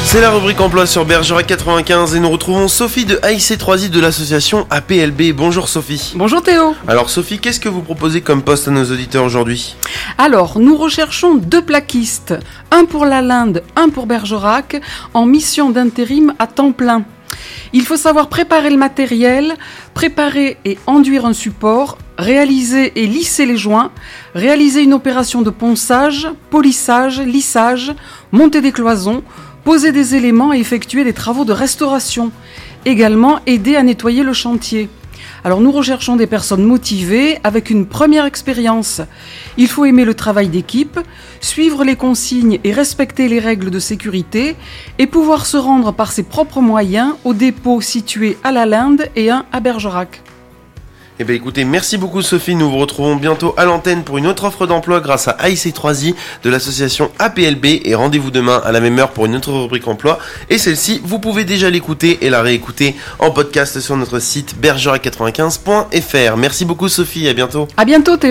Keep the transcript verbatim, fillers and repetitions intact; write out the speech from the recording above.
C'est la rubrique emploi sur Bergerac quatre-vingt-quinze et nous retrouvons Sophie de A I C trois I de l'association A P L B. Bonjour Sophie. Bonjour Théo. Alors Sophie, qu'est-ce que vous proposez comme poste à nos auditeurs aujourd'hui ? Alors, nous recherchons deux plaquistes, un pour la Linde, un pour Bergerac, en mission d'intérim à temps plein. Il faut savoir préparer le matériel, préparer et enduire un support, réaliser et lisser les joints, réaliser une opération de ponçage, polissage, lissage, monter des cloisons, poser des éléments et effectuer des travaux de restauration. Également aider à nettoyer le chantier. Alors nous recherchons des personnes motivées avec une première expérience. Il faut aimer le travail d'équipe, suivre les consignes et respecter les règles de sécurité et pouvoir se rendre par ses propres moyens aux dépôts situés à la Linde et un à Bergerac. Eh bien écoutez, merci beaucoup Sophie, nous vous retrouvons bientôt à l'antenne pour une autre offre d'emploi grâce à A I C trois I de l'association A P L B et rendez-vous demain à la même heure pour une autre rubrique emploi et celle-ci, vous pouvez déjà l'écouter et la réécouter en podcast sur notre site bergerac quatre-vingt-quinze point f r. Merci beaucoup Sophie, à bientôt. À bientôt Théo.